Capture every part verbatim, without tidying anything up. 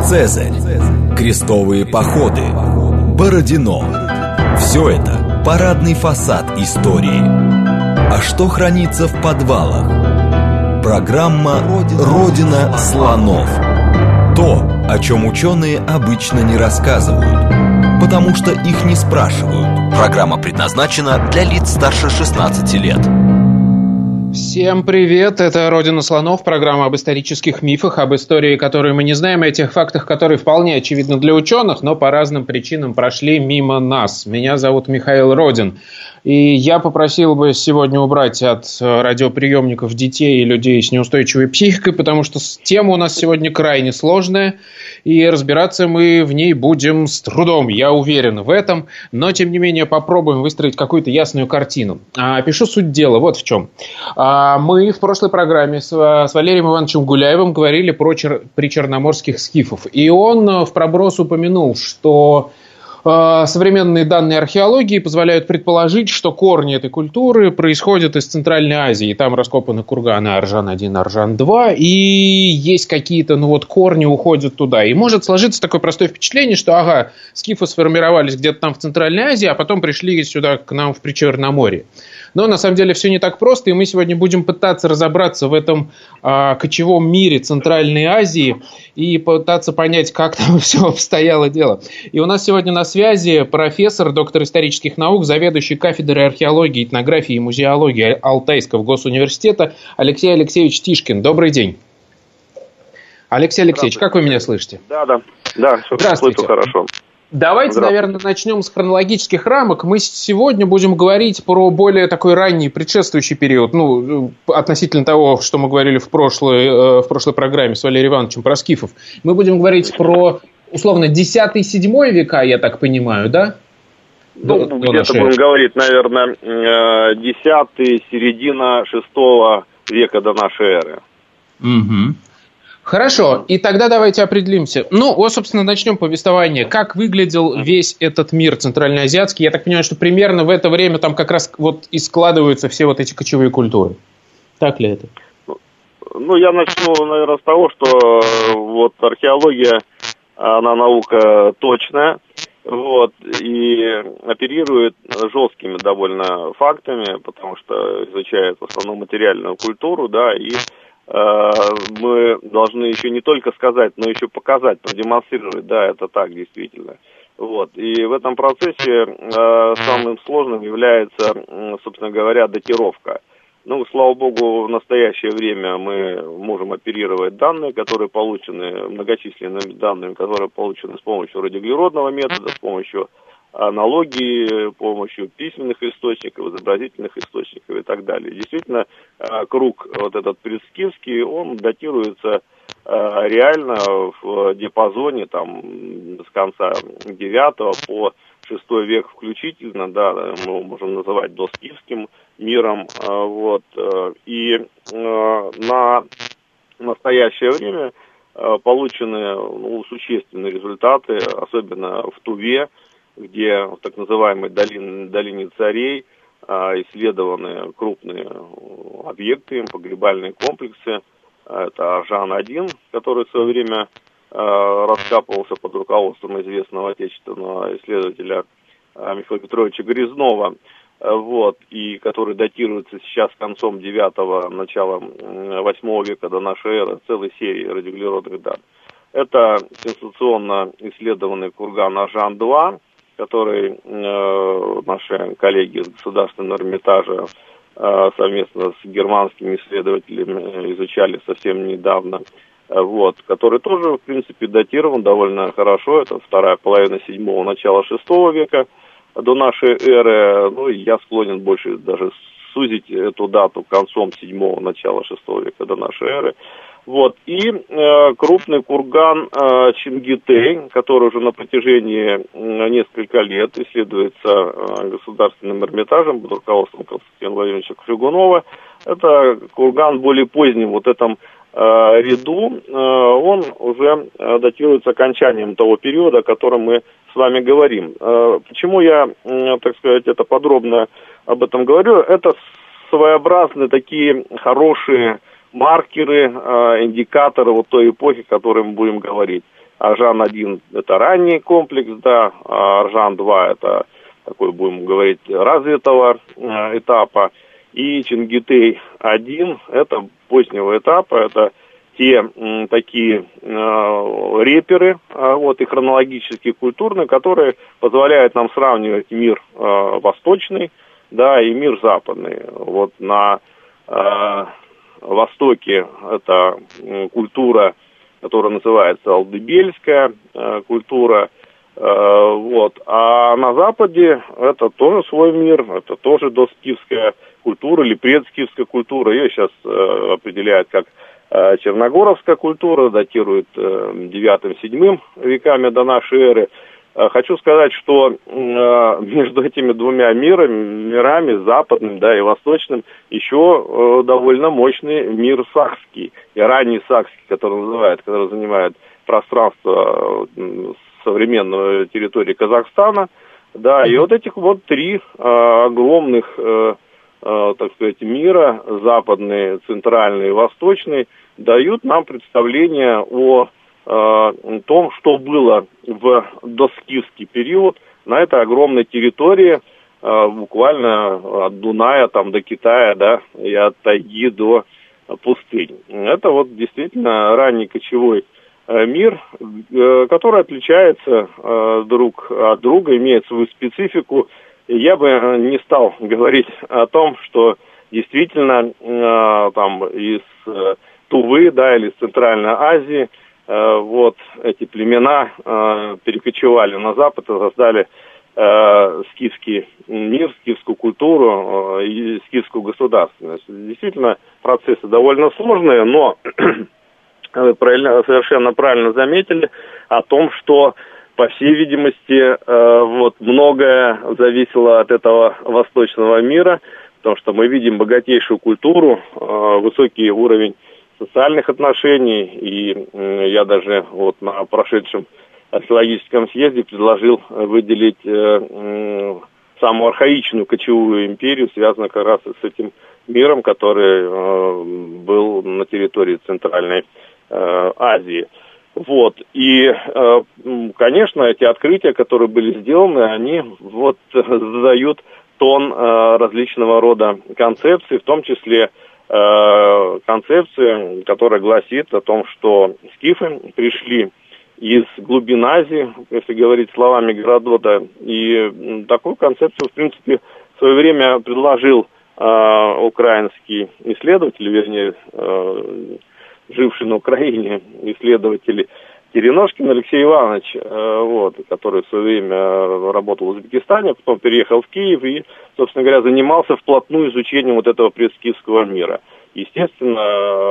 Цезарь, крестовые походы, Бородино. Все это парадный фасад истории. А что хранится в подвалах? Программа «Родина слонов». То, о чем ученые обычно не рассказывают, потому что их не спрашивают. Программа предназначена для лиц старше шестнадцати лет. Всем привет, это «Родина слонов», программа об исторических мифах, об истории, которую мы не знаем, и о тех фактах, которые вполне очевидны для ученых, но по разным причинам прошли мимо нас. Меня зовут Михаил Родин, и я попросил бы сегодня убрать от радиоприемников детей и людей с неустойчивой психикой, потому что тема у нас сегодня крайне сложная, и разбираться мы в ней будем с трудом, я уверен в этом, но тем не менее попробуем выстроить какую-то ясную картину. Опишу суть дела, вот в чем. Мы в прошлой программе с Валерием Ивановичем Гуляевым говорили про чер... причерноморских скифов. И он в проброс упомянул, что э, современные данные археологии позволяют предположить, что корни этой культуры происходят из Центральной Азии. Там раскопаны курганы Аржан один, Аржан два, и есть какие-то, ну вот, корни уходят туда. И может сложиться такое простое впечатление, что, ага, скифы сформировались где-то там в Центральной Азии, а потом пришли сюда к нам в Причерноморье. Но на самом деле все не так просто, и мы сегодня будем пытаться разобраться в этом а, кочевом мире Центральной Азии и пытаться понять, как там все обстояло дело. И у нас сегодня на связи профессор, доктор исторических наук, заведующий кафедрой археологии, этнографии и музеологии Алтайского госуниверситета Алексей Алексеевич Тишкин. Добрый день. Алексей Алексеевич, как вы меня слышите? Да, да, да, слышу хорошо. Давайте, наверное, начнем с хронологических рамок. Мы сегодня будем говорить про более такой ранний, предшествующий период, ну, относительно того, что мы говорили в прошлой, в прошлой программе с Валерием Ивановичем про скифов. Мы будем говорить про, условно, десятый-седьмой века, я так понимаю, да? Ну, до, где-то до будем говорить, наверное, десятый, середина шестого века до нашей эры. Угу. Хорошо, и тогда давайте определимся. Ну, вот, собственно, начнем повествование. Как выглядел весь этот мир центральноазиатский? Я так понимаю, что примерно в это время там как раз вот и складываются все вот эти кочевые культуры. Так ли это? Ну, я начну, наверное, с того, что вот археология, она наука точная, вот, и оперирует жесткими довольно фактами, потому что изучает в основном материальную культуру, да, и мы должны еще не только сказать, но еще показать, продемонстрировать, да, это так действительно. Вот. И в этом процессе э, самым сложным является, собственно говоря, датировка. Ну, слава богу, в настоящее время мы можем оперировать данные, которые получены, многочисленными данными, которые получены с помощью радиоуглеродного метода, с помощью аналогии, с помощью письменных источников, изобразительных источников и так далее. Действительно, круг вот этот предскифский, он датируется реально в диапазоне там с конца девятого по шестой век включительно, да, мы можем называть доскифским миром, вот, и на настоящее время получены, ну, существенные результаты, особенно в Туве, где в так называемой долине, долине царей исследованы крупные объекты, погребальные комплексы. Это Аржан один, который в свое время раскапывался под руководством известного отечественного исследователя Михаила Петровича Грязнова, вот, и который датируется сейчас концом девятого, началом восьмого века до нашей эры, целой серии радиоуглеродных данных. Это сенсационно исследованный курган Аржан два, который э, наши коллеги из Государственного Эрмитажа э, совместно с германскими исследователями изучали совсем недавно, э, вот, который тоже, в принципе, датирован довольно хорошо, это вторая половина седьмого, начало шестого века до нашей эры, ну, и я склонен больше даже сузить эту дату концом седьмого, начала шестого века до нашей эры. Вот. И э, крупный курган э, Чингитей, который уже на протяжении э, нескольких лет исследуется э, Государственным Эрмитажем под руководством Константина Владимировича Крюгунова. Это курган более поздним вот этом э, ряду. Э, он уже э, датируется окончанием того периода, о котором мы с вами говорим. Э, почему я, э, так сказать, это подробно об этом говорю? Это своеобразные такие хорошие маркеры, индикаторы вот той эпохи, о которой мы будем говорить. Аржан один это ранний комплекс, да, а Аржан два это такой, будем говорить, развитого этапа. И Чингитей один это позднего этапа, это те м, такие э, реперы, э, вот, и хронологические, культурные, которые позволяют нам сравнивать мир э, восточный, да, и мир западный. Вот на э, востоке это э, культура, которая называется алдыбельская э, культура, э, вот, а на западе это тоже свой мир, это тоже доскифская культура или предскифская культура. Ее сейчас э, определяют как э, черногоровская культура, датирует э, девятым-седьмым веками до нашей эры. Э, хочу сказать, что э, между этими двумя мирами, мирами, западным, да, и восточным, еще э, довольно мощный мир сакский, и ранний сакский, который называют, который занимает пространство э, современной территории Казахстана, да, и вот этих вот три э, огромных э, так сказать, мира, западный, центральный и восточный, дают нам представление о э, том, что было в доскифский период на этой огромной территории, э, буквально от Дуная там, до Китая, да, и от тайги до пустынь. Это вот действительно ранний кочевой э, мир, э, который отличается э, друг от друга, имеет свою специфику. Я бы не стал говорить о том, что действительно э, там из э, Тувы, да, или из Центральной Азии э, вот эти племена э, перекочевали на Запад и создали э, скифский мир, скифскую культуру э, и скифскую государственность. Действительно, процессы довольно сложные, но вы совершенно правильно заметили о том, что по всей видимости, э, вот многое зависело от этого восточного мира, потому что мы видим богатейшую культуру, э, высокий уровень социальных отношений, и э, я даже вот на прошедшем археологическом съезде предложил выделить э, э, самую архаичную кочевую империю, связанную как раз с этим миром, который э, был на территории Центральной э, Азии. Вот, и, э, конечно, эти открытия, которые были сделаны, они вот задают тон э, различного рода концепций, в том числе э, концепции, которая гласит о том, что скифы пришли из глубин Азии, если говорить словами Геродота, и такую концепцию, в принципе, в свое время предложил э, украинский исследователь, вернее, э, живший на Украине исследователь Тереношкин Алексей Иванович, э, вот, который в свое время работал в Узбекистане, потом переехал в Киев и, собственно говоря, занимался вплотную изучением вот этого предскифского мира. Естественно,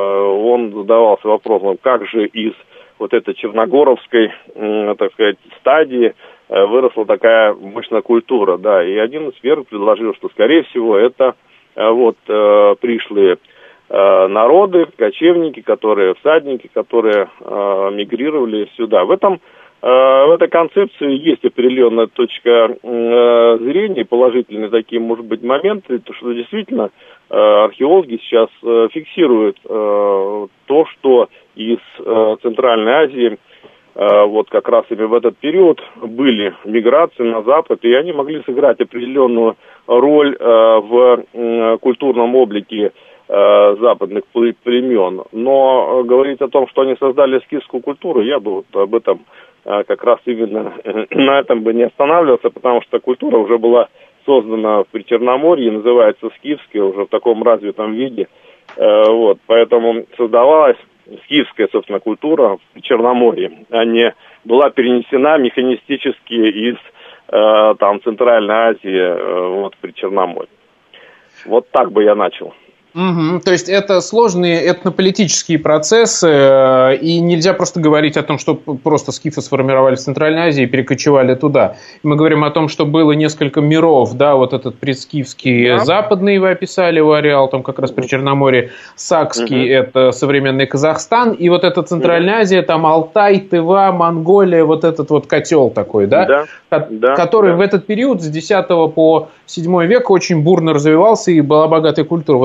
он задавался вопросом, как же из вот этой черногоровской, э, так сказать, стадии э, выросла такая мощная культура, да, и один из первых предложил, что, скорее всего, это э, вот э, пришлые народы, кочевники, которые, всадники, которые э, мигрировали сюда. В этом, э, в этой концепции есть определенная точка э, зрения, положительные такие, может быть, моменты, то, что действительно э, археологи сейчас э, фиксируют э, то, что из э, Центральной Азии э, вот как раз именно в этот период были миграции на Запад, и они могли сыграть определенную роль э, в э, культурном облике западных племен. Но говорить о том, что они создали скифскую культуру, я бы вот об этом как раз именно на этом бы не останавливался, потому что культура уже была создана в Причерноморье, называется скифская, уже в таком развитом виде. Вот, поэтому создавалась скифская, собственно, культура в Причерноморье, а не была перенесена механистически из там Центральной Азии вот, в Причерноморье. Вот так бы я начал. Угу. То есть это сложные этнополитические процессы, и нельзя просто говорить о том, что просто скифы сформировались в Центральной Азии и перекочевали туда. Мы говорим о том, что было несколько миров, да, вот этот предскифский, да. Западный вы описали, его ареал, там как раз при Черноморье, сакский, угу. Это современный Казахстан, и вот эта Центральная угу. Азия, там Алтай, Тыва, Монголия, вот этот вот котел такой, да, да. Ко- да. который да. в этот период с десятого по седьмой век очень бурно развивался и была богатая культура. Вот давайте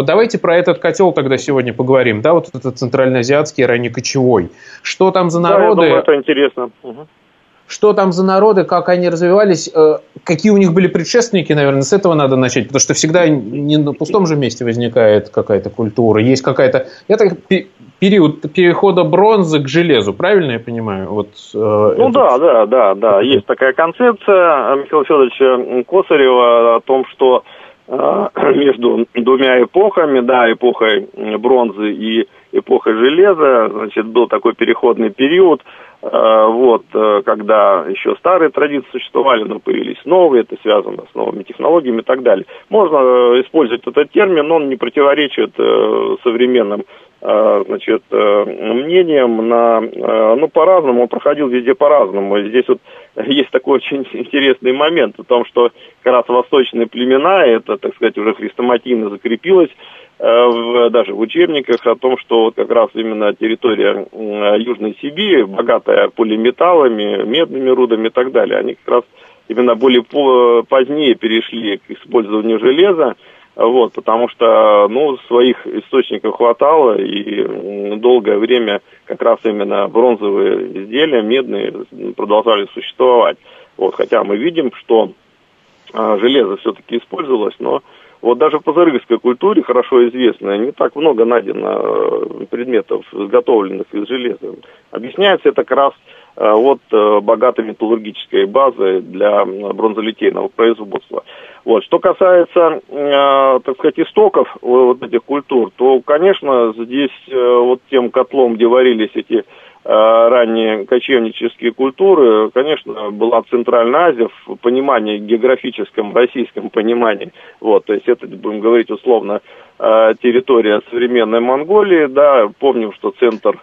про этот котел тогда сегодня поговорим, да, вот этот центральноазиатский, раннекочевой. Что там за народы? Да, я думаю, это интересно. Угу. Что там за народы, как они развивались, какие у них были предшественники, наверное, с этого надо начать, потому что всегда не на пустом же месте возникает какая-то культура, есть какая-то... Это период перехода бронзы к железу, правильно я понимаю? Вот, ну это... да, да, да, да, есть такая концепция Михаила Федоровича Косарева о том, что между двумя эпохами, да, эпохой бронзы и эпохой железа, значит, был такой переходный период, вот, когда еще старые традиции существовали, но появились новые, это связано с новыми технологиями и так далее. Можно использовать этот термин, но он не противоречит современным, значит, мнениям, на, ну, по-разному, он проходил везде по-разному. И здесь вот есть такой очень интересный момент о том, что как раз восточные племена, это, так сказать, уже хрестоматийно закрепилось, В, даже в учебниках о том, что вот как раз именно территория э, Южной Сибири, богатая полиметаллами, медными рудами и так далее, они как раз именно более по, позднее перешли к использованию железа, вот, потому что, ну, своих источников хватало, и долгое время как раз именно бронзовые изделия, медные, продолжали существовать. Вот, хотя мы видим, что э, железо все-таки использовалось, но вот даже в пазырыгской культуре, хорошо известно, не так много найдено предметов, изготовленных из железа. Объясняется это как раз вот богатой металлургической базой для бронзолитейного производства. Вот. Что касается, так сказать, истоков вот этих культур, то, конечно, здесь вот тем котлом, где варились эти ранние кочевнические культуры, конечно, была Центральная Азия в понимании, географическом, российском понимании. Вот, то есть это, будем говорить условно, территория современной Монголии. Да, помним, что центр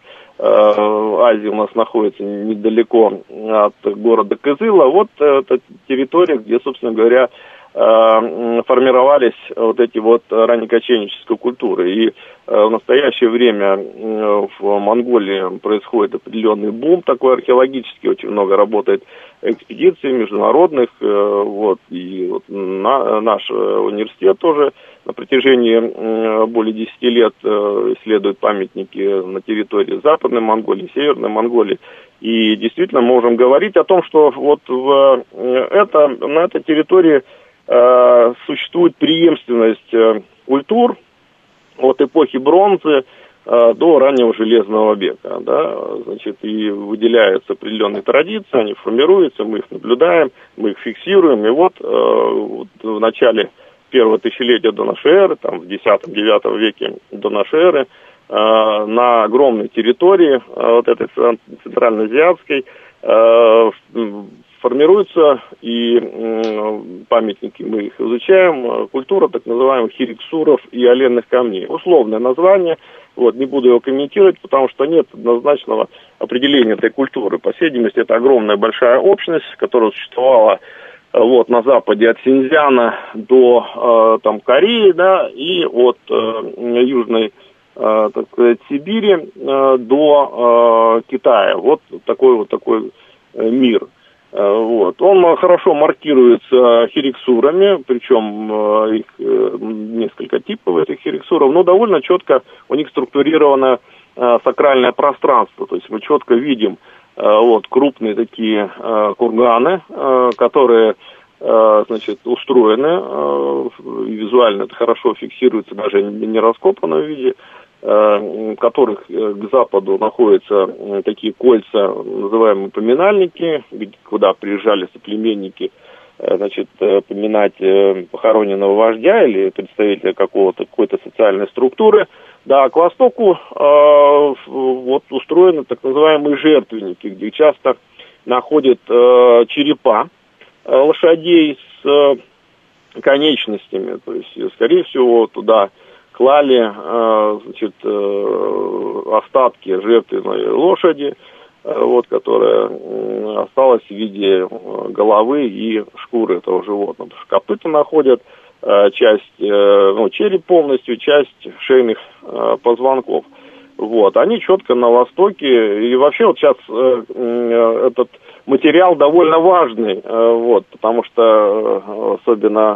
Азии у нас находится недалеко от города Кызыла. Вот это территория, где, собственно говоря, формировались вот эти вот раннекочевнические культуры. И в настоящее время в Монголии происходит определенный бум такой археологический, очень много работает экспедиций международных, вот, и вот на, наш университет тоже на протяжении более десяти лет исследует памятники на территории Западной Монголии, Северной Монголии. И действительно можем говорить о том, что вот в это, на этой территории существует преемственность культур от эпохи бронзы до раннего железного века, да, значит, и выделяются определенные традиции, они формируются, мы их наблюдаем, мы их фиксируем, и вот, вот в начале первого тысячелетия до нашей эры, там в десятом-девятом веке до нашей эры, на огромной территории вот этой центральноазиатской формируются, и э, памятники, мы их изучаем, культура так называемых хириксуров и оленных камней. Условное название, вот, не буду его комментировать, потому что нет однозначного определения этой культуры. По всей видимости, это огромная большая общность, которая существовала вот, на западе от Синьцзяна до э, там, Кореи, да, и от э, южной э, так сказать, Сибири э, до э, Китая. Вот такой вот такой э, мир. Вот. Он хорошо маркируется хириксурами, причем их несколько типов этих хириксуров, но довольно четко у них структурировано сакральное пространство. То есть мы четко видим вот, крупные такие курганы, которые, значит, устроены, и визуально это хорошо фиксируется даже в нераскопанном виде, которых к западу находятся такие кольца, называемые поминальники, куда приезжали соплеменники, значит, поминать похороненного вождя или представителя какого-то, какой-то социальной структуры. Да, к востоку э, вот устроены так называемые жертвенники, где часто находят э, черепа э, лошадей с э, конечностями, то есть, скорее всего, туда клали э, значит, э, остатки жертвенной лошади, э, вот, которая э, осталась в виде э, головы и шкуры этого животного. Потому что копыта находят, э, часть, э, ну, череп полностью, часть шейных э, позвонков. Вот. Они четко на востоке, и вообще вот сейчас э, э, этот материал довольно важный, э, вот, потому что э, особенно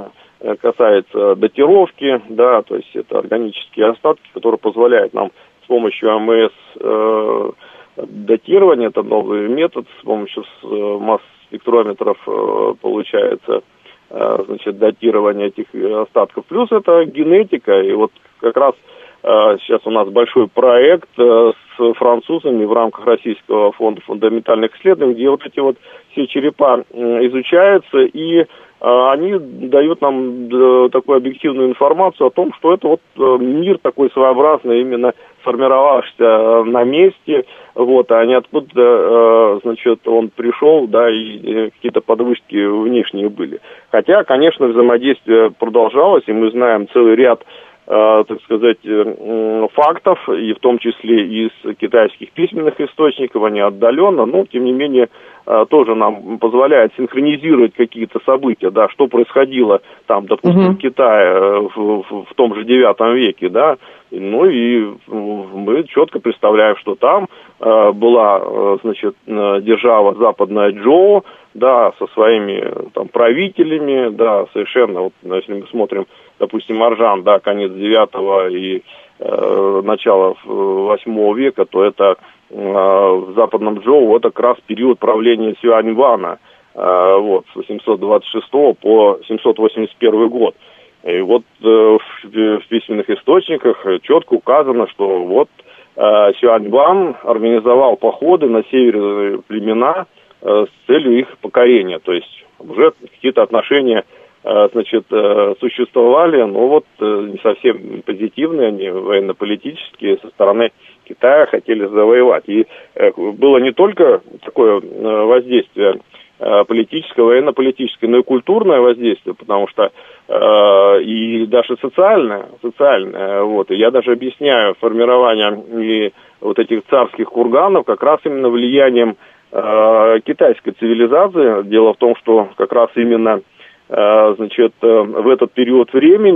касается датировки, да, то есть это органические остатки, которые позволяют нам с помощью АМС э, датирования, это новый метод, с помощью масс-спектрометров э, получается э, значит, датирование этих остатков. Плюс это генетика, и вот как раз э, сейчас у нас большой проект э, с французами в рамках Российского фонда фундаментальных исследований, где вот эти вот все черепа э, изучаются, и они дают нам такую объективную информацию о том, что это вот мир такой своеобразный, именно сформировавшийся на месте, вот, а не откуда, значит, он пришел, да, и какие-то подвижки внешние были. Хотя, конечно, взаимодействие продолжалось, и мы знаем целый ряд, так сказать, фактов, и в том числе из китайских письменных источников, они отдаленно, но, тем не менее, тоже нам позволяет синхронизировать какие-то события, да, что происходило там, допустим, uh-huh. в Китае в, в, в том же девятом веке, да, ну и мы четко представляем, что там э, была, значит, держава западная Джоу, да, со своими там правителями, да, совершенно, вот, если мы смотрим, допустим, Маржан, да, конец девятого и э, начало восьмого века, то это в западном Джоу это как раз период правления Сюаньвана, вот, с восемьсот двадцать шестого по семьсот восемьдесят первый год. И вот в письменных источниках четко указано, что вот Сюаньван организовал походы на северные племена с целью их покорения. То есть уже какие-то отношения, значит, существовали, но вот не совсем позитивные, они военно-политические, со стороны Китая хотели завоевать. И было не только такое воздействие политическое, военно-политическое, но и культурное воздействие, потому что и даже социальное, социальное, вот. И я даже объясняю формирование и вот этих царских курганов как раз именно влиянием китайской цивилизации. Дело в том, что как раз именно значит, в этот период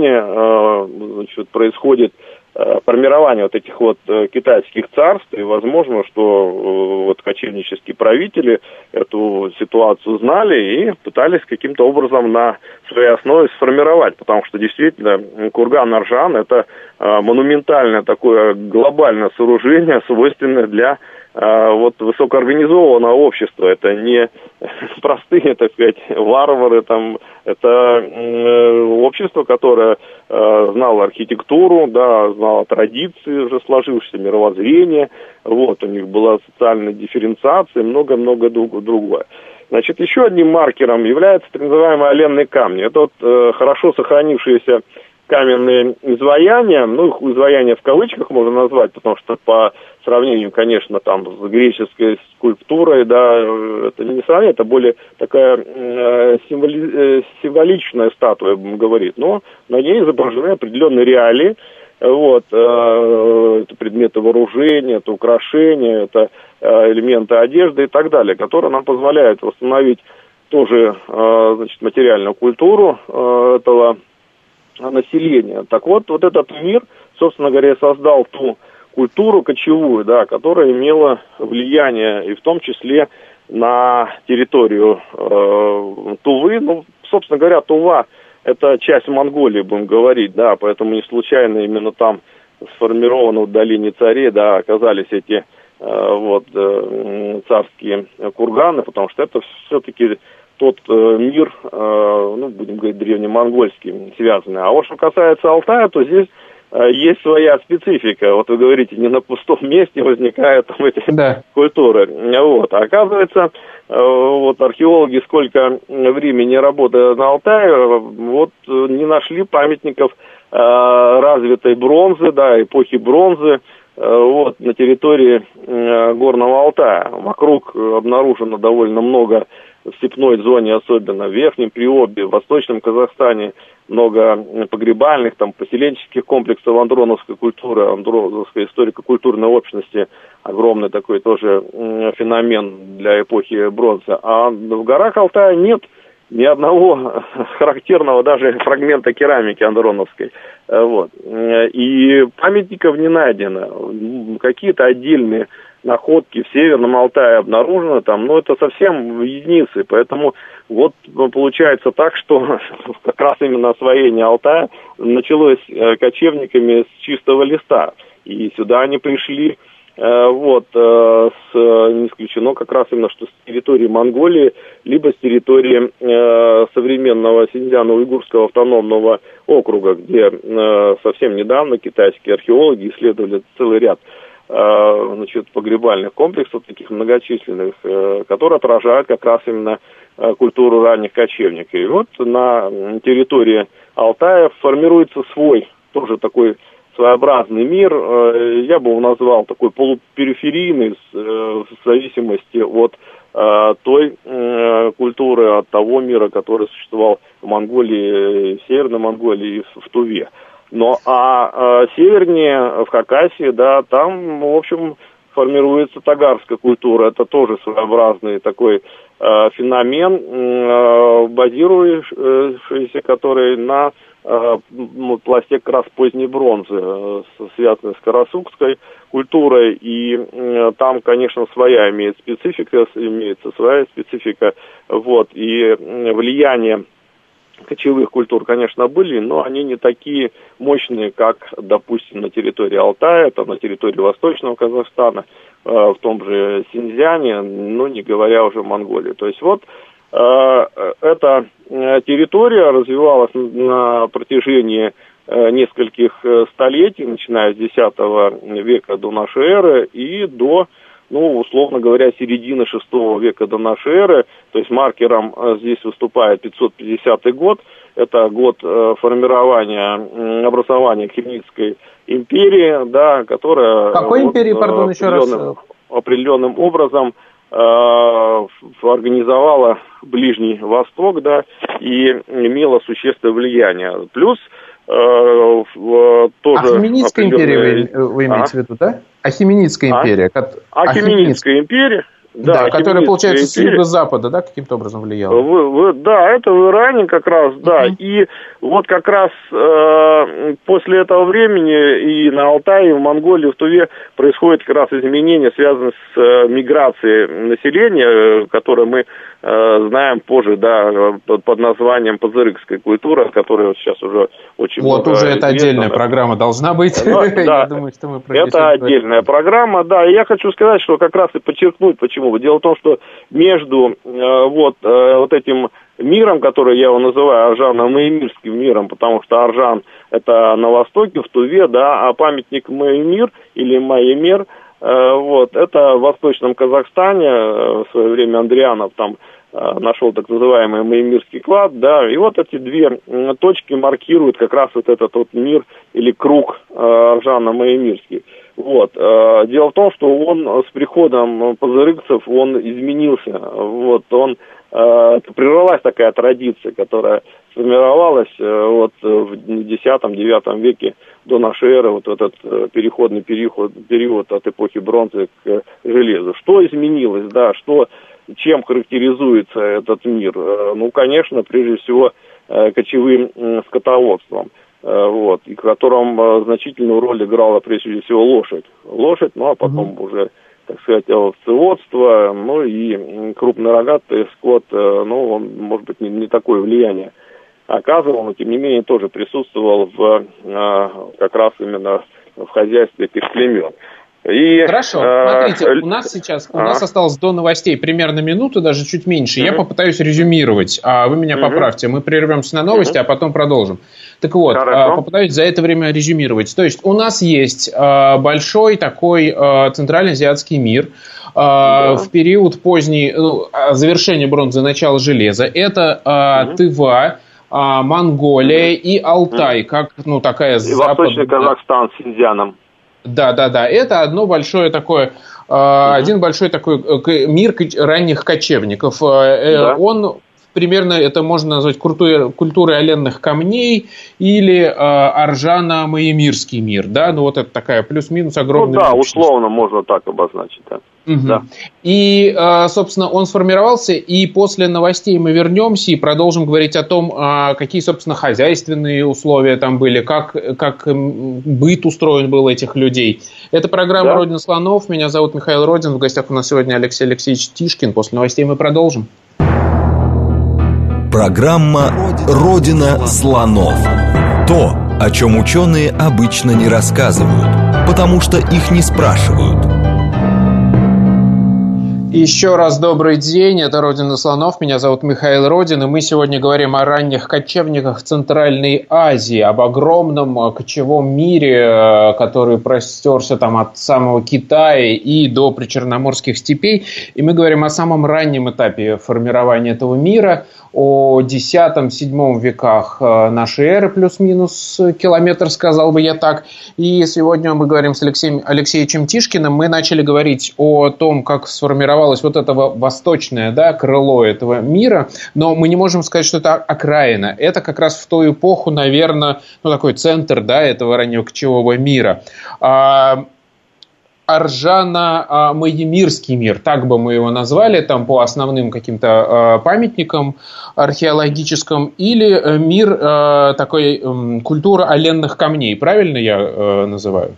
времени значит, происходит формирование вот этих вот китайских царств, и возможно, что вот кочевнические правители эту ситуацию знали и пытались каким-то образом на своей основе сформировать, потому что действительно курган Аржан — это монументальное такое глобальное сооружение, свойственное для вот высокоорганизованного общества. Это не простые, так сказать, варвары, там, это э, общество, которое э, знало архитектуру, да, знало традиции, уже сложившееся мировоззрение, вот, у них была социальная дифференциация и много-много другое. Значит, еще одним маркером являются так называемые оленные камни. Это вот э, хорошо сохранившиеся каменные изваяния, ну, их изваяния в кавычках можно назвать, потому что по сравнению, конечно, там, с греческой скульптурой, да, это не сравнение, это более такая э, символи, э, символичная статуя, говорит, но на ней изображены определенные реалии, вот, э, это предметы вооружения, это украшения, это э, элементы одежды и так далее, которые нам позволяют восстановить тоже, э, значит, материальную культуру э, этого населения. Так вот, вот этот мир, собственно говоря, создал ту культуру кочевую, да, которая имела влияние и в том числе на территорию э, Тувы. Ну, собственно говоря, Тува — это часть Монголии, будем говорить, да, поэтому не случайно именно там сформированы в долине Царей, да, оказались эти э, вот э, царские курганы, потому что это все-таки тот э, мир, э, ну, будем говорить, древнемонгольский, связанный. А вот что касается Алтая, то здесь э, есть своя специфика. Вот вы говорите, не на пустом месте возникают там эти да. культуры. Вот. А оказывается, э, вот археологи сколько времени работая на Алтае, вот не нашли памятников э, развитой бронзы, да, эпохи бронзы, э, вот, на территории э, Горного Алтая. Вокруг обнаружено довольно много в степной зоне, особенно в Верхнем Приобье, в Восточном Казахстане, много погребальных, там, поселенческих комплексов андроновской культуры, андроновской историко-культурной общности, огромный такой тоже феномен для эпохи бронзы. А в горах Алтая нет ни одного характерного даже фрагмента керамики андроновской. Вот. И памятников не найдено. Какие-то отдельные находки в Северном Алтае обнаружены там, но это совсем единицы, поэтому вот получается так, что как раз именно освоение Алтая началось кочевниками с чистого листа, и сюда они пришли, вот, с, не исключено как раз именно, что с территории Монголии, либо с территории современного Синьцзяно-Уйгурского автономного округа, где совсем недавно китайские археологи исследовали целый ряд значит, погребальных комплексов, таких многочисленных, которые отражают как раз именно культуру ранних кочевников. И вот на территории Алтая формируется свой, тоже такой своеобразный мир, я бы его назвал такой полупериферийный, в зависимости от той культуры, от того мира, который существовал в Монголии, в Северной Монголии и в Туве. Но а, а севернее, в Хакасии, да, там, в общем, формируется тагарская культура. Это тоже своеобразный такой э, феномен, э, базирующийся, который на э, пласте как раз поздней бронзы, э, связанной с карасукской культурой. И э, там, конечно, своя имеет специфика, имеется своя специфика. Вот, и влияние кочевых культур, конечно, были, но они не такие мощные, как, допустим, на территории Алтая, там, на территории Восточного Казахстана, э, в том же Синьцзяне, ну, не говоря уже о Монголии. То есть вот э, эта территория развивалась на протяжении э, нескольких столетий, начиная с десятого века до нашей эры и до, ну, условно говоря, середины шестого века до нашей эры, то есть маркером здесь выступает пятьсот пятидесятый год, это год формирования, образования Химической империи, да, которая... Какой вот, империи, пардон, еще раз? Определенным образом э, организовала Ближний Восток, да, и имела существенное влияние. Плюс э, в, тоже... Ахименидская империя вы, вы имеете а? в виду, да? Ахименидская империя. А? Ахименидская империя. Да, да, которая, получается, с юго-запада, да, каким-то образом влияла? Вы, вы, да, это в Иране как раз, да. Uh-huh. И вот как раз э, после этого времени и на Алтае, и в Монголии, в Туве происходит как раз изменения, связанные с э, миграцией населения, которое мы э, знаем позже, да, под, под названием пазырыкская культура, которая вот сейчас уже очень вот много... Вот уже это отдельная программа должна быть. Но, да, я думаю, что мы это отдельная программа, да. И я хочу сказать, что как раз и подчеркнуть, почему. Дело в том, что между э, вот, э, вот этим миром, который я его называю Аржано-Маемирским миром, потому что Аржан это на востоке, в Туве, да, а памятник Маемир или Маемир, э, вот, это в Восточном Казахстане, в свое время Андрианов там э, нашел так называемый Маемирский клад, да, и вот эти две э, точки маркируют как раз вот этот вот мир или круг э, Аржано-Маемирский. Вот. Дело в том, что он с приходом пазырыкцев, он изменился. Вот. Он, прервалась такая традиция, которая сформировалась вот, в десятом-девятом веке до нашей эры, вот этот переходный период, период от эпохи бронзы к железу. Что изменилось, да, что, чем характеризуется этот мир? Ну, конечно, прежде всего, кочевым скотоводством. Вот, и в котором значительную роль играла прежде всего лошадь. Лошадь, ну а потом mm-hmm. уже, так сказать, овцеводство, ну и крупный рогатый скот, ну, он, может быть, не, не такое влияние оказывал, но тем не менее тоже присутствовал в, как раз именно в хозяйстве этих племен. И, Хорошо, смотрите, у нас сейчас, у а? нас осталось до новостей примерно минута, даже чуть меньше. Mm-hmm. Я попытаюсь резюмировать, а вы меня mm-hmm. поправьте. Мы прервемся на новости, mm-hmm. а потом продолжим. Так вот, Хорошо. попытаюсь за это время резюмировать. То есть у нас есть большой такой центральноазиатский мир да. в период поздней, ну, завершения бронзы, начала железа. Это mm-hmm. Тыва, Монголия mm-hmm. и Алтай, как, ну, такая и западная... Восточный Казахстан с Синьцзяном. Да, да, да. Это одно большое такое, э, mm-hmm. один большой такой мир ранних кочевников. Да. Он примерно это можно назвать культурой, культурой оленных камней или э, Аржано-Маемирский мир, да, ну вот это такая плюс-минус огромная. Ну да, общность. Условно можно так обозначить, да. Угу. Да. И, собственно, он сформировался, и после новостей мы вернемся и продолжим говорить о том, какие, собственно, хозяйственные условия там были, как, как быт устроен был этих людей. Это программа да. «Родина слонов». Меня зовут Михаил Родин. В гостях у нас сегодня Алексей Алексеевич Тишкин. После новостей мы продолжим. Программа «Родина слонов». То, о чем ученые обычно не рассказывают, потому что их не спрашивают. Еще раз добрый день, это «Родина слонов», меня зовут Михаил Родин, и мы сегодня говорим о ранних кочевниках Центральной Азии, об огромном кочевом мире, который простерся там от самого Китая и до причерноморских степей, и мы говорим о самом раннем этапе формирования этого мира, о десятом-седьмом веках нашей эры, плюс-минус километр, сказал бы я так. И сегодня мы говорим с Алексеем Алексеевичем Тишкиным. Мы начали говорить о том, как сформировалось вот это восточное, да, крыло этого мира, но мы не можем сказать, что это окраина. Это как раз в ту эпоху, наверное, ну, такой центр, да, этого раннего кочевого мира. Аржано-Маемирский мир, так бы мы его назвали, там по основным каким-то памятникам археологическим, или мир такой культуры оленных камней, правильно я называю?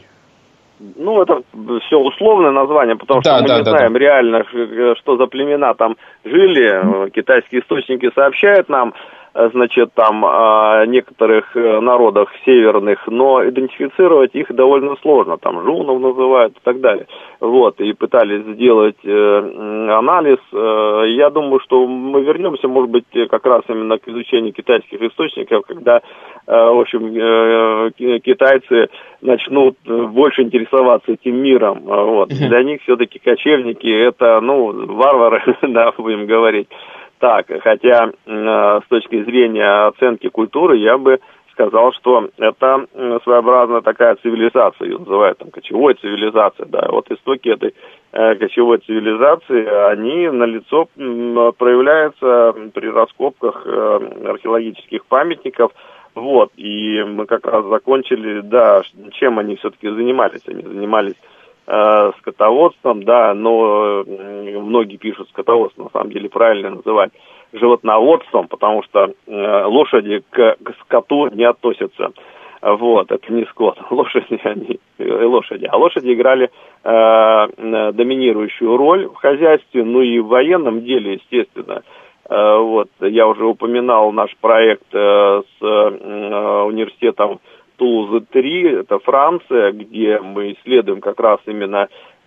Ну, это все условное название, потому что да, мы да, не да, знаем да. реально, что за племена там жили. Китайские источники сообщают нам, значит, там о некоторых народах северных, но идентифицировать их довольно сложно. Там жунов называют и так далее. Вот, и пытались сделать э, анализ. Э, я думаю, что мы вернемся, может быть, как раз именно к изучению китайских источников, когда, э, в общем, э, китайцы начнут больше интересоваться этим миром. Вот. Для них все-таки кочевники это, ну, варвары, да, будем говорить. Так, хотя э, с точки зрения оценки культуры я бы сказал, что это своеобразная такая цивилизация, ее называют там кочевой цивилизацией, да, вот истоки этой э, кочевой цивилизации, они налицо э, проявляются при раскопках э, археологических памятников, вот, и мы как раз закончили, да, чем они все-таки занимались, они занимались скотоводством, да, но многие пишут скотоводством, на самом деле правильно называть животноводством, потому что лошади к, к скоту не относятся. Вот, это не скот, лошади они, лошади. А лошади играли э, доминирующую роль в хозяйстве, ну и в военном деле, естественно. Э, вот, я уже упоминал наш проект э, с э, университетом Тулузы три, это Франция, где мы исследуем как раз именно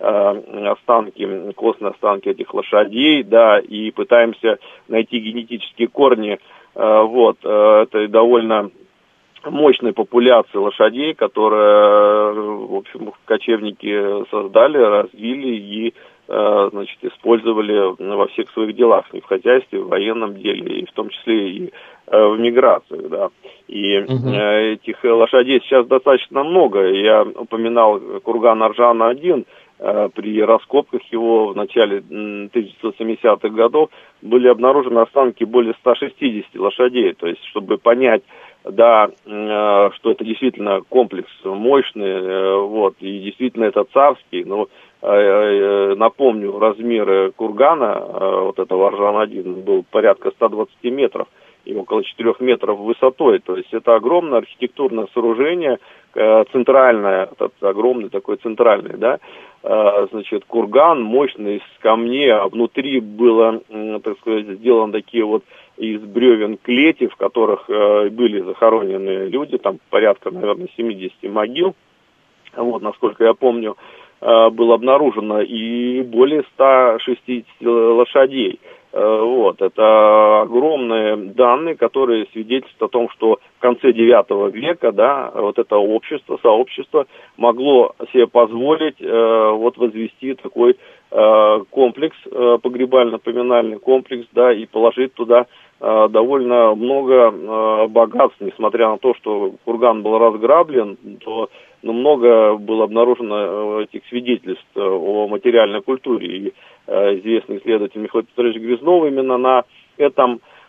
э, останки, костные останки этих лошадей, да, и пытаемся найти генетические корни, э, вот, э, это довольно мощной популяции лошадей, которые, в общем, кочевники создали, развили и, э, значит, использовали во всех своих делах, и в хозяйстве, и в военном деле, и в том числе и э, в миграциях, да. И угу. э, этих лошадей сейчас достаточно много. Я упоминал курган Аржано один. Э, при раскопках его в начале тысяча девятьсот семидесятых годов были обнаружены останки более ста шестидесяти лошадей. То есть, чтобы понять, да, э, что это действительно комплекс мощный, э, вот, и действительно это царский, но э, э, напомню, размеры кургана, э, вот этого Аржано один, был порядка ста двадцати метров. И около четырёх метров высотой. То есть это огромное архитектурное сооружение, э, центральное, этот огромный такой центральный, да, э, значит, курган мощный из камней, а внутри было, э, так сказать, сделаны такие вот из бревен клети, в которых э, были захоронены люди, там порядка, наверное, семидесяти могил, вот, насколько я помню, э, было обнаружено и более ста шестидесяти лошадей. Вот, это огромные данные, которые свидетельствуют о том, что в конце девятого века, да, вот это общество, сообщество могло себе позволить э, вот возвести такой э, комплекс, э, погребально-поминальный комплекс, да, и положить туда э, довольно много э, богатств, несмотря на то, что курган был разграблен, то но много было обнаружено этих свидетельств о материальной культуре. И э, известный исследователь Михаил Петрович Грязнов именно на этом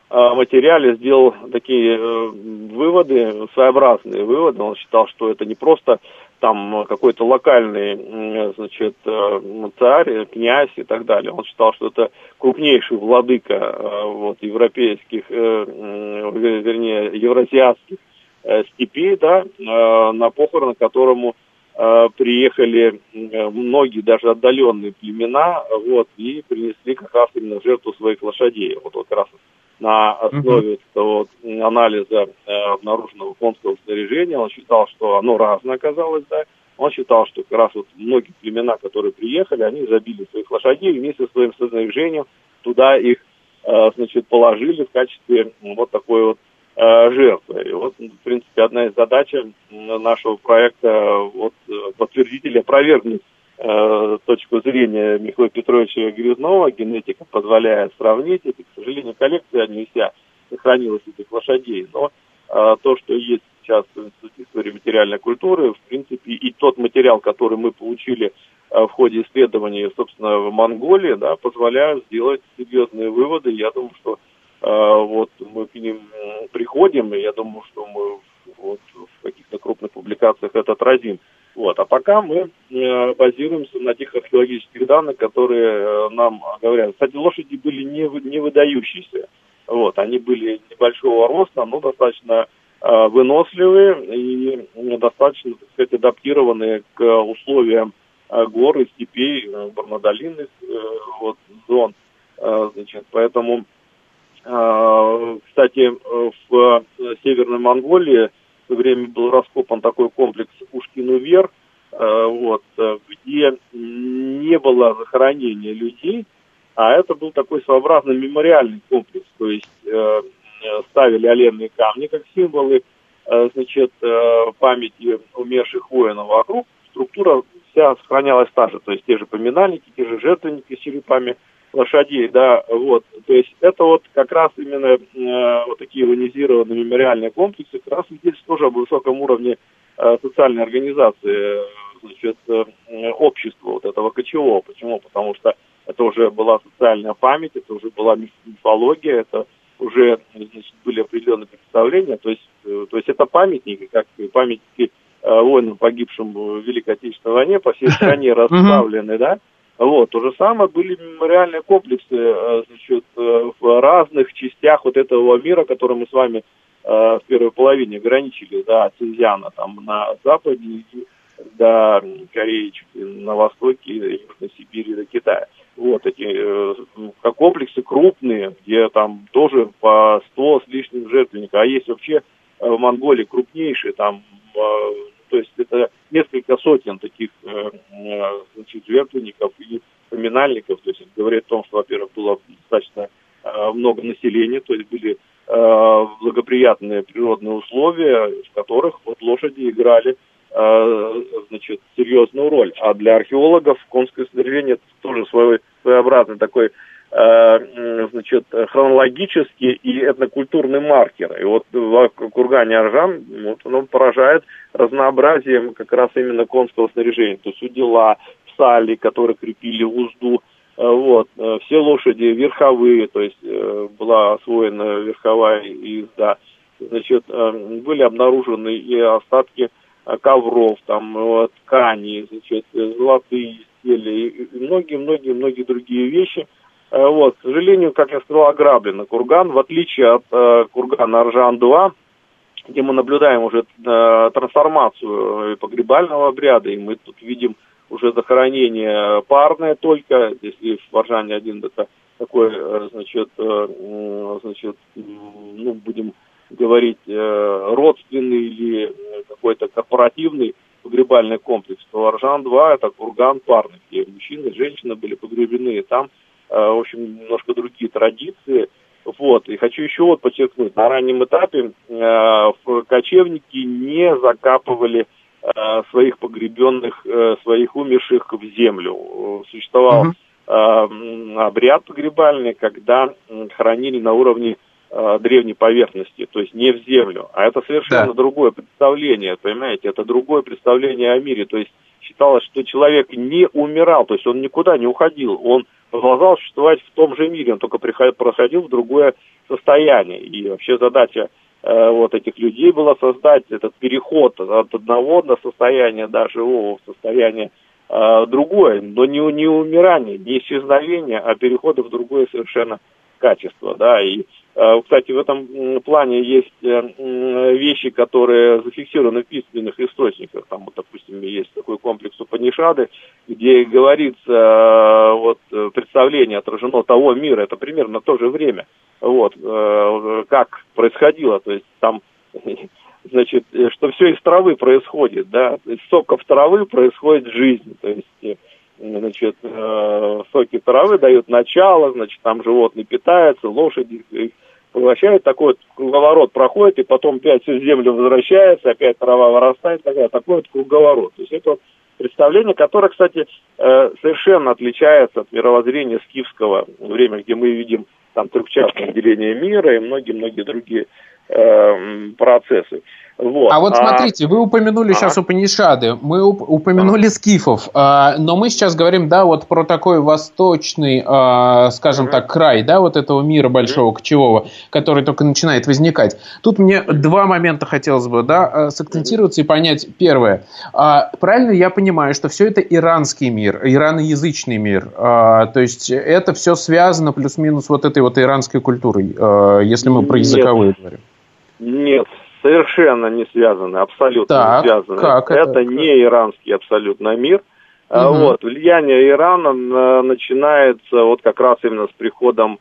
материале сделал такие выводы, своеобразные выводы. Он считал, что это не просто там какой-то локальный, значит, царь, князь и так далее. Он считал, что это крупнейший владыка вот, европейских, вернее, евразиатских степей, да, на похороны которому приехали многие, даже отдаленные племена, вот, и принесли как раз именно жертву своих лошадей. Вот, вот как раз на основе mm-hmm. вот, анализа э, обнаруженного конского снаряжения он считал, что оно разное оказалось, да. Он считал, что как раз вот многие племена, которые приехали, они забили своих лошадей и вместе со своим снаряжением туда их, э, значит, положили в качестве вот такой вот э, жертвы. И вот, в принципе, одна из задач нашего проекта вот, подтвердить или опровергнуть э, точку зрения Михаила Петровича Грязнова. Генетика позволяет сравнить. И, к сожалению, коллекция не вся сохранилась этих лошадей. Но э, то, что есть сейчас в Институте истории материальной культуры, в принципе, и тот материал, который мы получили э, в ходе исследований, собственно, в Монголии, да, позволяют сделать серьезные выводы. Я думаю, что э, вот мы к ним приходим, и я думаю, что мы вот, в каких-то крупных публикациях это отразим. Вот. А пока мы э, базируемся на тех археологических данных, которые э, нам говорят. Кстати, лошади были не, не выдающиеся. Вот. Они были небольшого роста, но достаточно э, выносливые и достаточно, так сказать, адаптированные к условиям э, гор и степей, э, горнодолинных э, вот, зон. Э, значит, поэтому, э, кстати, в Северной Монголии в то время был раскопан такой комплекс Ушкину-Вер, э, вот, где не было захоронения людей, а это был такой своеобразный мемориальный комплекс, то есть э, ставили оленные камни как символы э, значит, э, памяти умерших воинов, вокруг структура вся сохранялась та же, то есть те же поминальники, те же жертвенники с черепами лошадей, да, вот, то есть это вот как раз именно э, вот такие ионизированные мемориальные комплексы, как раз свидетельствуют тоже об высоком уровне э, социальной организации, значит, э, общества вот этого кочевого. Почему? Потому что это уже была социальная память, это уже была мифология, это уже, значит, были определенные представления, то есть, э, то есть это памятники, как памятники э, воинам, погибшим в Великой Отечественной войне, по всей стране расставлены, да. Вот, то же самое были мемориальные комплексы, значит, в разных частях вот этого мира, который мы с вами э, в первой половине ограничили, да, от Синьцзяна, там, на западе, до Кореи, на востоке, Южной Сибири, до Китая. Вот эти э, комплексы крупные, где там тоже по сто с лишним жертвенников, а есть вообще э, в Монголии крупнейшие, там, э, то есть это несколько сотен таких э, значит, жертвенников и поминальников. То есть это говорит о том, что, во-первых, было достаточно э, много населения, то есть были э, благоприятные природные условия, в которых вот лошади играли э, значит, серьезную роль. А для археологов конское снаряжение это тоже свой, своеобразный такой значит, хронологический и этнокультурный маркер. И вот в кургане Аржан вот, он поражает разнообразием как раз именно конского снаряжения. То есть удила, псали, которые крепили узду, вот, все лошади верховые, то есть была освоена верховая езда. Значит, были обнаружены и остатки ковров, там, ткани, значит, золотые изделия и многие-многие-многие другие вещи. Вот, к сожалению, как я сказал, ограблен курган, в отличие от э, кургана Аржан-два, где мы наблюдаем уже э, трансформацию погребального обряда, и мы тут видим уже захоронение парное только, если в Аржане-один это такой, э, значит, э, значит, ну, будем говорить, э, родственный или какой-то корпоративный погребальный комплекс, то Аржан-два это курган парный, где мужчины и женщины были погребены, и там в общем, немножко другие традиции. Вот. И хочу еще вот подчеркнуть, на раннем этапе э, кочевники не закапывали э, своих погребенных, э, своих умерших в землю. Существовал э, обряд погребальный, когда хоронили на уровне э, древней поверхности, то есть не в землю. А это совершенно да. другое представление, понимаете, это другое представление о мире. То есть считалось, что человек не умирал, то есть он никуда не уходил, он продолжал существовать в том же мире, он только проходил в другое состояние. И вообще задача э, вот этих людей была создать этот переход от одного состояния, да, живого в состояние э, другое, но не, не умирание, не исчезновение, а переход в другое совершенно качество, да, и кстати, в этом плане есть вещи, которые зафиксированы в письменных источниках. Там, вот, допустим, есть такой комплекс Упанишады, где говорится, вот, представление отражено того мира, это примерно то же время, вот, как происходило, то есть там, значит, что все из травы происходит, да, из соков травы происходит жизнь, то есть, значит, соки травы дают начало, значит, там животные питаются, лошади их поглощают, такой вот круговорот проходит, и потом опять все в землю возвращается, опять трава вырастает, такой, такой вот круговорот. То есть это вот представление, которое, кстати, совершенно отличается от мировоззрения скифского времени, где мы видим там трехчастное деление мира и многие-многие другие э, процессы. Вот. А вот смотрите, вы упомянули а... сейчас Упанишады, мы уп- упомянули а... скифов, э, но мы сейчас говорим, да, вот про такой восточный, э, скажем mm-hmm. так, край, да, вот этого мира большого, mm-hmm. кочевого, который только начинает возникать. Тут мне mm-hmm. два момента хотелось бы, да, сакцентироваться mm-hmm. и понять. Первое, э, правильно я понимаю, что все это иранский мир, ираноязычный мир, э, то есть это все связано плюс-минус вот этой вот иранской культурой, э, если мы про языковые Нет. говорим? Нет. Совершенно не связаны, абсолютно так, не связаны. Как это? Это не иранский абсолютно мир. Угу. Вот, влияние Ирана начинается вот как раз именно с приходом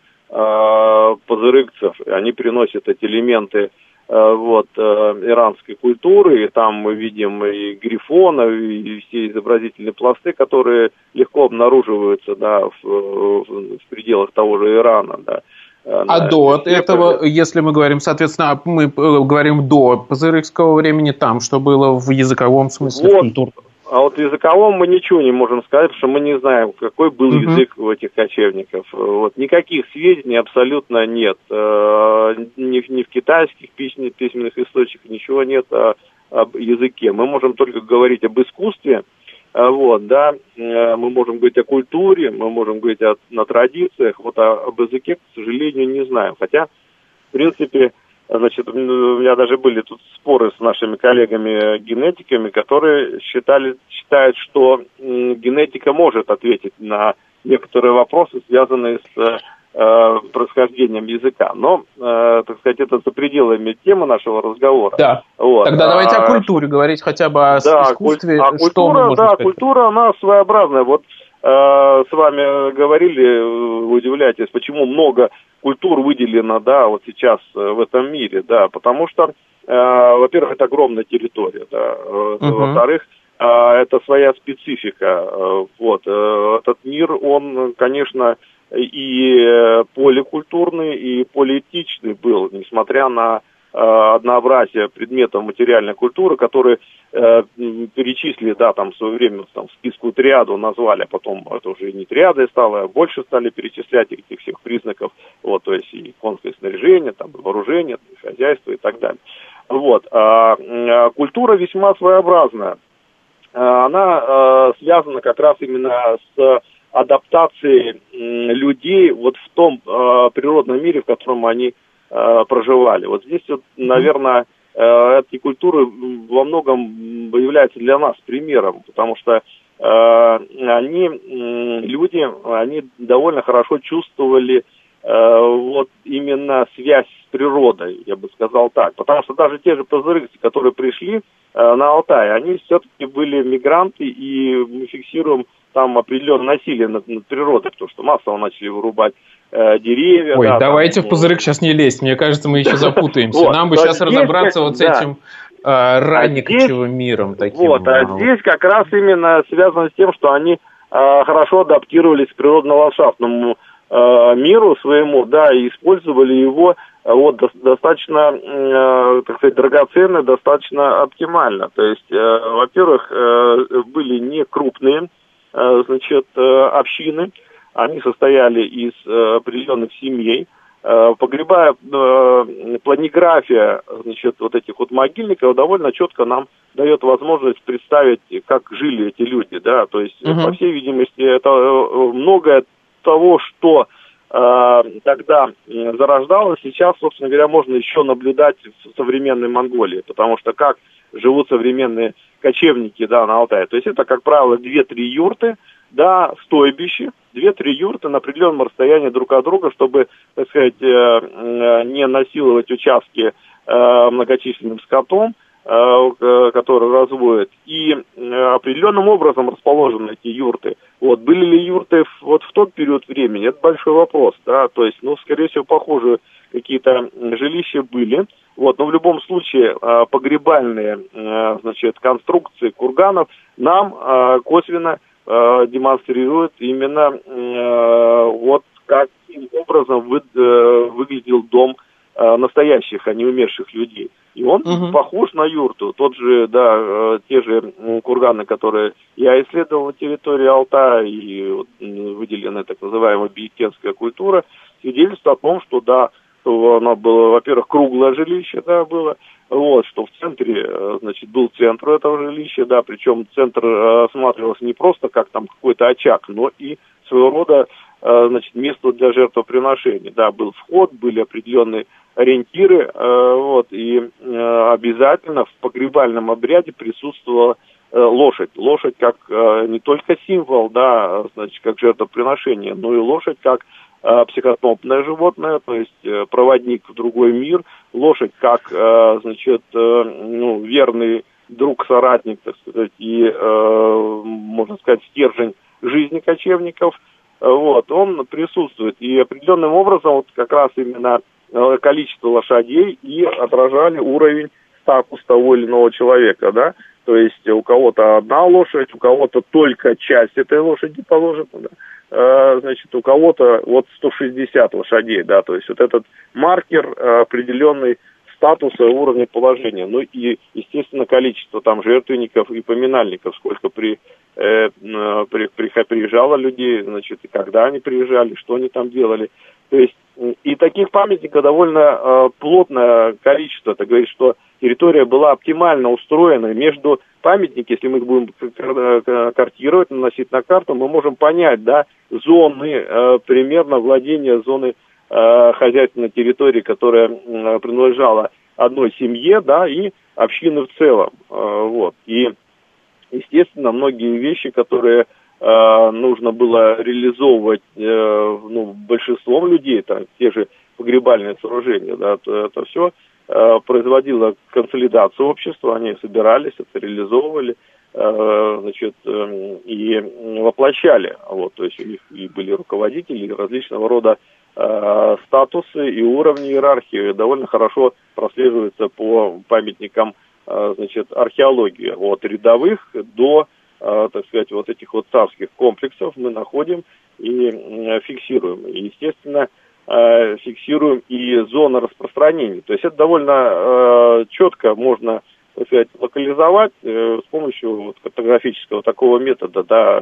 э, пазырыкцев. Они приносят эти элементы э, вот, э, иранской культуры. И там мы видим и грифонов, и все изобразительные пласты, которые легко обнаруживаются, да, в, в, в пределах того же Ирана, да. А да, до этого, если мы говорим, соответственно, мы говорим до пазырыкского времени, там что было в языковом смысле, вот, в культуре? А вот в языковом мы ничего не можем сказать, потому что мы не знаем, какой был uh-huh. язык у этих кочевников. Вот, никаких сведений абсолютно нет. Ни, ни в китайских письменных источниках ничего нет о, об языке. Мы можем только говорить об искусстве. Вот, да, мы можем говорить о культуре, мы можем говорить о, на традициях, вот а, об языке, к сожалению, не знаем. Хотя, в принципе, значит, у меня даже были тут споры с нашими коллегами-генетиками, которые считали, считают, что генетика может ответить на некоторые вопросы, связанные с э, происхождением языка. Но, э, так сказать, это за пределами темы нашего разговора. Да. Вот. Тогда а, давайте о культуре говорить, хотя бы о да, искусстве. А что культура, мы можем да, сказать? Культура, она своеобразная. Вот э, с вами говорили, вы удивляетесь, почему много культур выделено, да, вот сейчас в этом мире, да, потому что, э, во-первых, это огромная территория, да, uh-huh. во-вторых, э, это своя специфика, э, вот, э, этот мир, он, конечно, и поликультурный, и полиэтичный был, несмотря на э, однообразие предметов материальной культуры, которые э, перечислили, да, там в свое время там, списку триаду назвали, а потом это уже не триадой стало, а больше стали перечислять этих всех признаков, вот, то есть и конское снаряжение, там, и вооружение, и хозяйство и так далее. Вот, а, а, культура весьма своеобразная, а, она а, связана как раз именно с адаптации людей вот в том э, природном мире, в котором они э, проживали. Вот здесь, вот, наверное, э, эти культуры во многом являются для нас примером, потому что э, они, э, люди, они довольно хорошо чувствовали э, вот именно связь с природой, я бы сказал так. Потому что даже те же пазырыкцы, которые пришли э, на Алтай, они все-таки были мигранты, и мы фиксируем там определенное насилие над, над природой, потому что массово начали вырубать э, деревья. Ой, да, давайте там, в пузырек сейчас не лезть, мне кажется, мы еще запутаемся. Вот, Нам бы сейчас разобраться вот с этим э, раннекочевым миром. Таким. Вот, а здесь как раз именно связано с тем, что они э, хорошо адаптировались к природно-ландшафтному э, миру своему, да, и использовали его э, вот, до, достаточно, э, так сказать, драгоценно, достаточно оптимально. То есть, э, во-первых, э, были не крупные, значит, общины, они состояли из определенных семей. Погребая планиграфия, значит, вот этих вот могильников довольно четко нам дает возможность представить, как жили эти люди, да, то есть, угу. по всей видимости, это многое того, что э, тогда зарождалось, сейчас, собственно говоря, можно еще наблюдать в современной Монголии, потому что как живут современные кочевники, да, на Алтае. То есть это, как правило, две-три юрты, да, стойбище, две-три юрты на определенном расстоянии друг от друга, чтобы, так сказать, не насиловать участки многочисленным скотом, который разводят. И определенным образом расположены эти юрты. Вот. Были ли юрты вот в тот период времени? Это большой вопрос. Да? То есть, ну, скорее всего, похожие какие-то жилища были. Вот. Но в любом случае погребальные, значит, конструкции курганов нам косвенно демонстрируют именно вот каким образом вы, выглядел дом настоящих, а не умерших людей. И он угу. похож на юрту. Тот же, да, те же курганы, которые я исследовал на территории Алтая, и вот, выделенная так называемая биектенская культура, свидетельствует о том, что, да, что оно было, во-первых, круглое жилище, да, было, вот, что в центре, значит, был центр этого жилища, да, причем центр осматривался не просто как там какой-то очаг, но и своего рода, значит, место для жертвоприношения, да, был вход, были определенные ориентиры, э, вот, и э, обязательно в погребальном обряде присутствовала э, лошадь. Лошадь как э, не только символ, да, значит, как жертвоприношение, но и лошадь как э, психотропное животное, то есть э, проводник в другой мир, лошадь как, э, значит, э, ну, верный друг, соратник, так сказать, и, э, можно сказать, стержень жизни кочевников, э, вот, он присутствует. И определенным образом вот как раз именно количество лошадей и отражали уровень, статус того или иного человека, да, то есть у кого-то одна лошадь, у кого-то только часть этой лошади положена, да? а, значит, у кого-то вот сто шестьдесят лошадей, да, то есть вот этот маркер определенный статуса, уровня положения, ну и, естественно, количество там жертвенников и поминальников, сколько при, э, при, при, приезжало людей, значит, и когда они приезжали, что они там делали, то есть и таких памятников довольно э, плотное количество. Это говорит, что территория была оптимально устроена. Между памятники, если мы их будем картировать, наносить на карту, мы можем понять, да, зоны, э, примерно владения зоны э, хозяйственной территории, которая э, принадлежала одной семье, да, и общины в целом. Э, вот. И, естественно, многие вещи, которые нужно было реализовывать э, ну, большинством людей, там, те же погребальные сооружения, да, то это все э, производило консолидацию общества, они собирались, это реализовывали, э, значит, э, и воплощали. Вот, то есть у них и были руководители, и различного рода э, статусы и уровни иерархии довольно хорошо прослеживаются по памятникам э, значит, археологии, от рядовых до, так сказать, вот этих вот царских комплексов мы находим и фиксируем. И, естественно, фиксируем и зоны распространения. То есть это довольно четко можно, так сказать, локализовать с помощью вот картографического такого метода, да,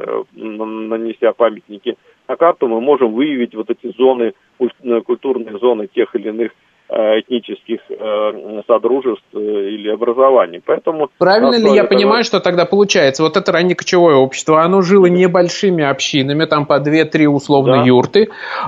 нанеся памятники на карту, мы можем выявить вот эти зоны, культурные зоны тех или иных этнических э, содружеств э, или образований. Поэтому правильно ли я того... понимаю, что тогда получается, вот это раннекочевое общество, оно жило небольшими общинами, там по две-три условно да. юрты, э,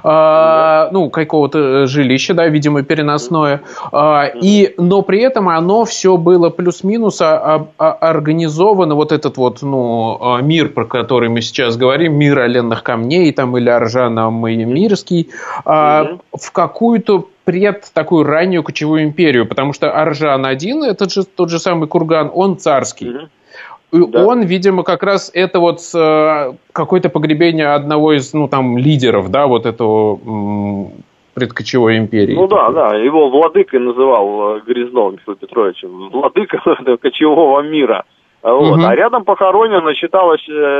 да. ну, какого-то жилища, да, видимо, переносное, э, и, но при этом оно все было плюс-минус а, а, организовано, вот этот вот, ну, мир, про который мы сейчас говорим, мир оленных камней, там, или Аржано-Мирский, э, угу. в какую-то пред такую раннюю кочевую империю, потому что Аржан один, этот же тот же самый курган, он царский. Mm-hmm. И да. он, видимо, как раз это вот э, какое-то погребение одного из, ну, там, лидеров, да, вот этого м- предкочевой империи. Ну да, да, его владыкой называл Грязнов Михаил Петрович, владыка кочевого мира. Вот. Mm-hmm. А рядом похоронено, считалось,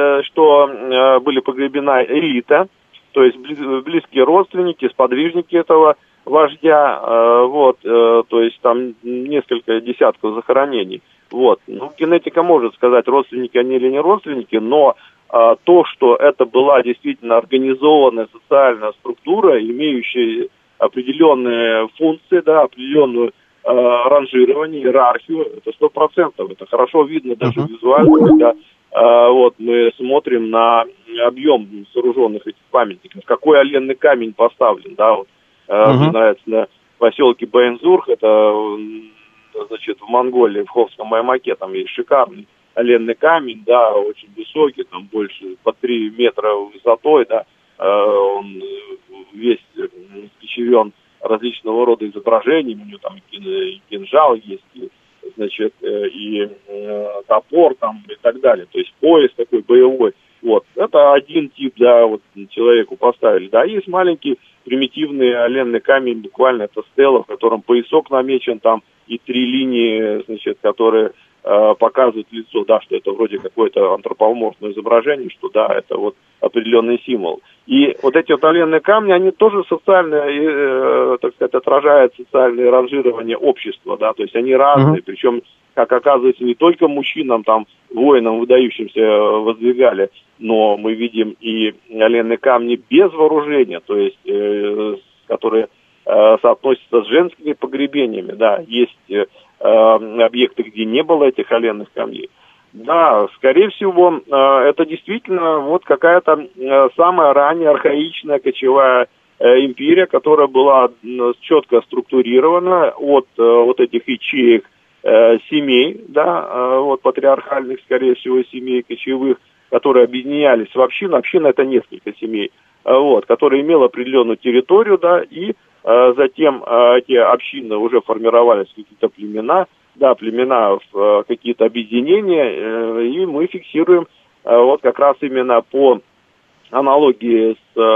что были погребена элита, то есть близкие родственники, сподвижники этого вождя, э, вот, э, то есть там несколько десятков захоронений. Вот. Ну, генетика может сказать, родственники они или не родственники, но э, то, что это была действительно организованная социальная структура, имеющая определенные функции, да, определенную э, ранжирование, иерархию, это сто процентов. Это хорошо видно даже uh-huh. визуально, когда вот мы смотрим на объем сооруженных этих памятников, какой оленный камень поставлен, да, вот, uh-huh. мне нравится на поселке Байнзурх, это, значит, в Монголии, в Ховском Баймаке, там есть шикарный оленный камень, да, очень высокий, там больше по три метра высотой, да, он весь испещрен различного рода изображениями, у него там и кинжал есть, и, значит, и э, топор там и так далее, то есть пояс такой боевой, вот, это один тип, да, вот человеку поставили, да, есть маленький примитивный оленный камень, буквально это стела, в котором поясок намечен, там и три линии, значит, которые э, показывают лицо, да, что это вроде какое-то антропоморфное изображение, что да, это вот определенный символ. И вот эти вот оленные камни, они тоже социальное, э, так сказать, отражают социальное ранжирование общества, да, то есть они разные, mm-hmm. причем, как оказывается, не только мужчинам, там, воинам выдающимся воздвигали, но мы видим и оленные камни без вооружения, то есть, э, которые э, соотносятся с женскими погребениями, да, есть э, объекты, где не было этих оленных камней. Да, скорее всего, это действительно вот какая-то самая ранняя архаичная кочевая империя, которая была четко структурирована от вот этих ячеек семей, да, вот патриархальных, скорее всего, семей кочевых, которые объединялись в общину. Община — это несколько семей, вот, которые имели определенную территорию, да, и затем эти общины уже формировались в какие-то племена, да, племена в какие-то объединения, и мы фиксируем вот как раз именно по аналогии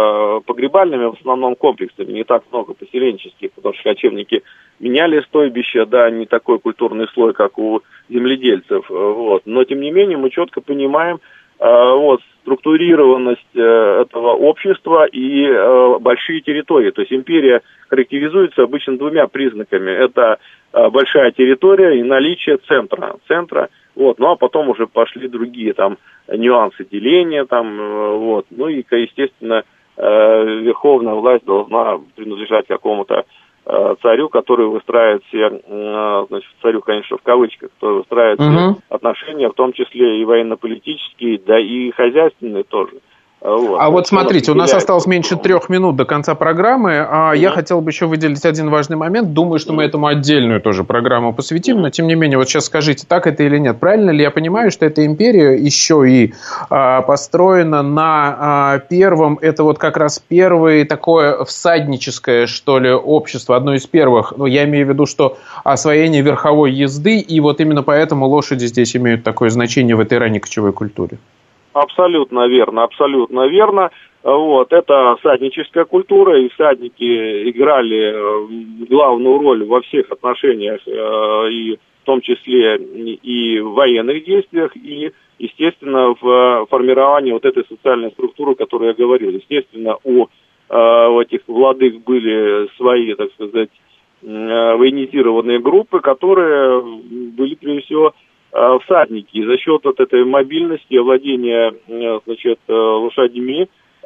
с погребальными, в основном комплексами, не так много поселенческих, потому что кочевники меняли стойбища, да, не такой культурный слой, как у земледельцев, вот, но тем не менее мы четко понимаем вот структурированность этого общества и большие территории, то есть империя характеризуется обычно двумя признаками, это большая территория и наличие центра, центра, вот, ну а потом уже пошли другие там нюансы деления, там, вот, ну и, естественно, верховная власть должна принадлежать какому-то царю, который выстраивает все, значит, царю, конечно, в кавычках, который выстраивает все uh-huh. отношения, в том числе и военно-политические, да и хозяйственные тоже. Вот. А вот смотрите, у нас осталось меньше трех минут до конца программы, а mm-hmm. я хотел бы еще выделить один важный момент. Думаю, что mm-hmm. мы этому отдельную тоже программу посвятим, mm-hmm. но тем не менее, вот сейчас скажите, так это или нет? Правильно ли я понимаю, что эта империя еще и а, построена на а, первом, это вот как раз первое такое всадническое, что ли, общество, одно из первых, ну, я имею в виду, что освоение верховой езды, и вот именно поэтому лошади здесь имеют такое значение в этой ранней кочевой культуре? Абсолютно верно, абсолютно верно. Вот, это всадническая культура, и всадники играли главную роль во всех отношениях, и в том числе и в военных действиях, и, естественно, в формировании вот этой социальной структуры, о которой я говорил. Естественно, у, у этих владык были свои, так сказать, военизированные группы, которые были, прежде всего, всадники. И за счет вот этой мобильности, владения, значит, лошадьми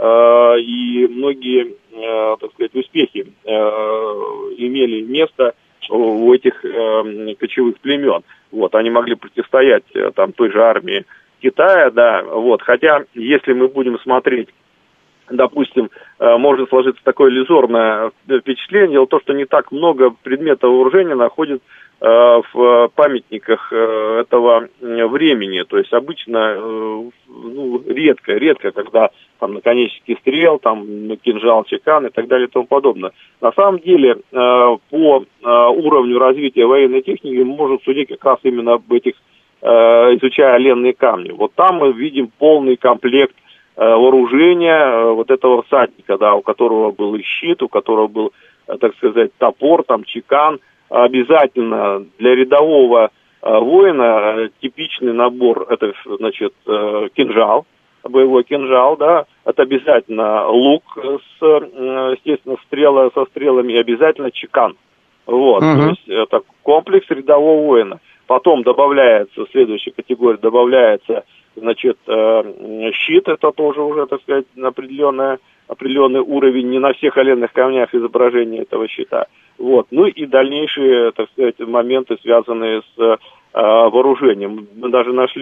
и многие, так сказать, успехи имели место у этих кочевых племен. Вот, они могли противостоять там той же армии Китая, да, вот, хотя, если мы будем смотреть, допустим, может сложиться такое иллюзорное впечатление, дело в том, что не так много предметов вооружения находится в памятниках этого времени, то есть обычно, ну, редко, редко, когда там наконечники стрел, там кинжал, чекан и так далее и тому подобное. На самом деле, по уровню развития военной техники мы можем судить как раз именно об этих, изучая оленные камни. Вот там мы видим полный комплект вооружения вот этого всадника, да, у которого был и щит, у которого был, так сказать, топор, там чекан. Обязательно для рядового э, воина типичный набор, это, значит, э, кинжал, боевой кинжал, да, это обязательно лук с, э, естественно, стрела, со стрелами, и обязательно чекан. Вот, uh-huh. то есть это комплекс рядового воина. Потом добавляется, следующая категория, добавляется, значит, э, щит, это тоже уже, так сказать, определенная, определенный уровень, не на всех оленных камнях изображение этого щита. Вот. Ну и дальнейшие, так сказать, моменты, связанные с э, вооружением. Мы даже нашли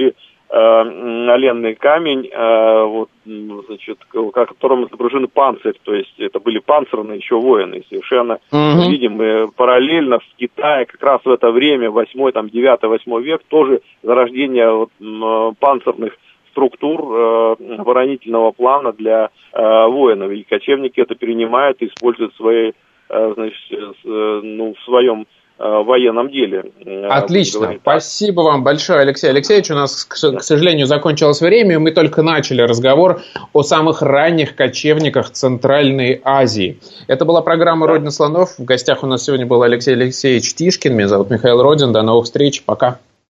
наленный камень, вот, значит, которым изображены панцирь, то есть это были панцирные еще воины, совершенно mm-hmm. видим мы параллельно в Китае как раз в это время, восьмой, там, девятый, восьмой век, тоже зарождение вот, панцирных структур э, оборонительного плана для э, воинов, и кочевники это перенимают и используют в своей, э, значит, э, ну, в своем в военном деле. Отлично. Спасибо вам большое, Алексей Алексеевич. У нас, к сожалению, закончилось время. Мы только начали разговор о самых ранних кочевниках Центральной Азии. Это была программа «Родина слонов». В гостях у нас сегодня был Алексей Алексеевич Тишкин. Меня зовут Михаил Родин. До новых встреч. Пока.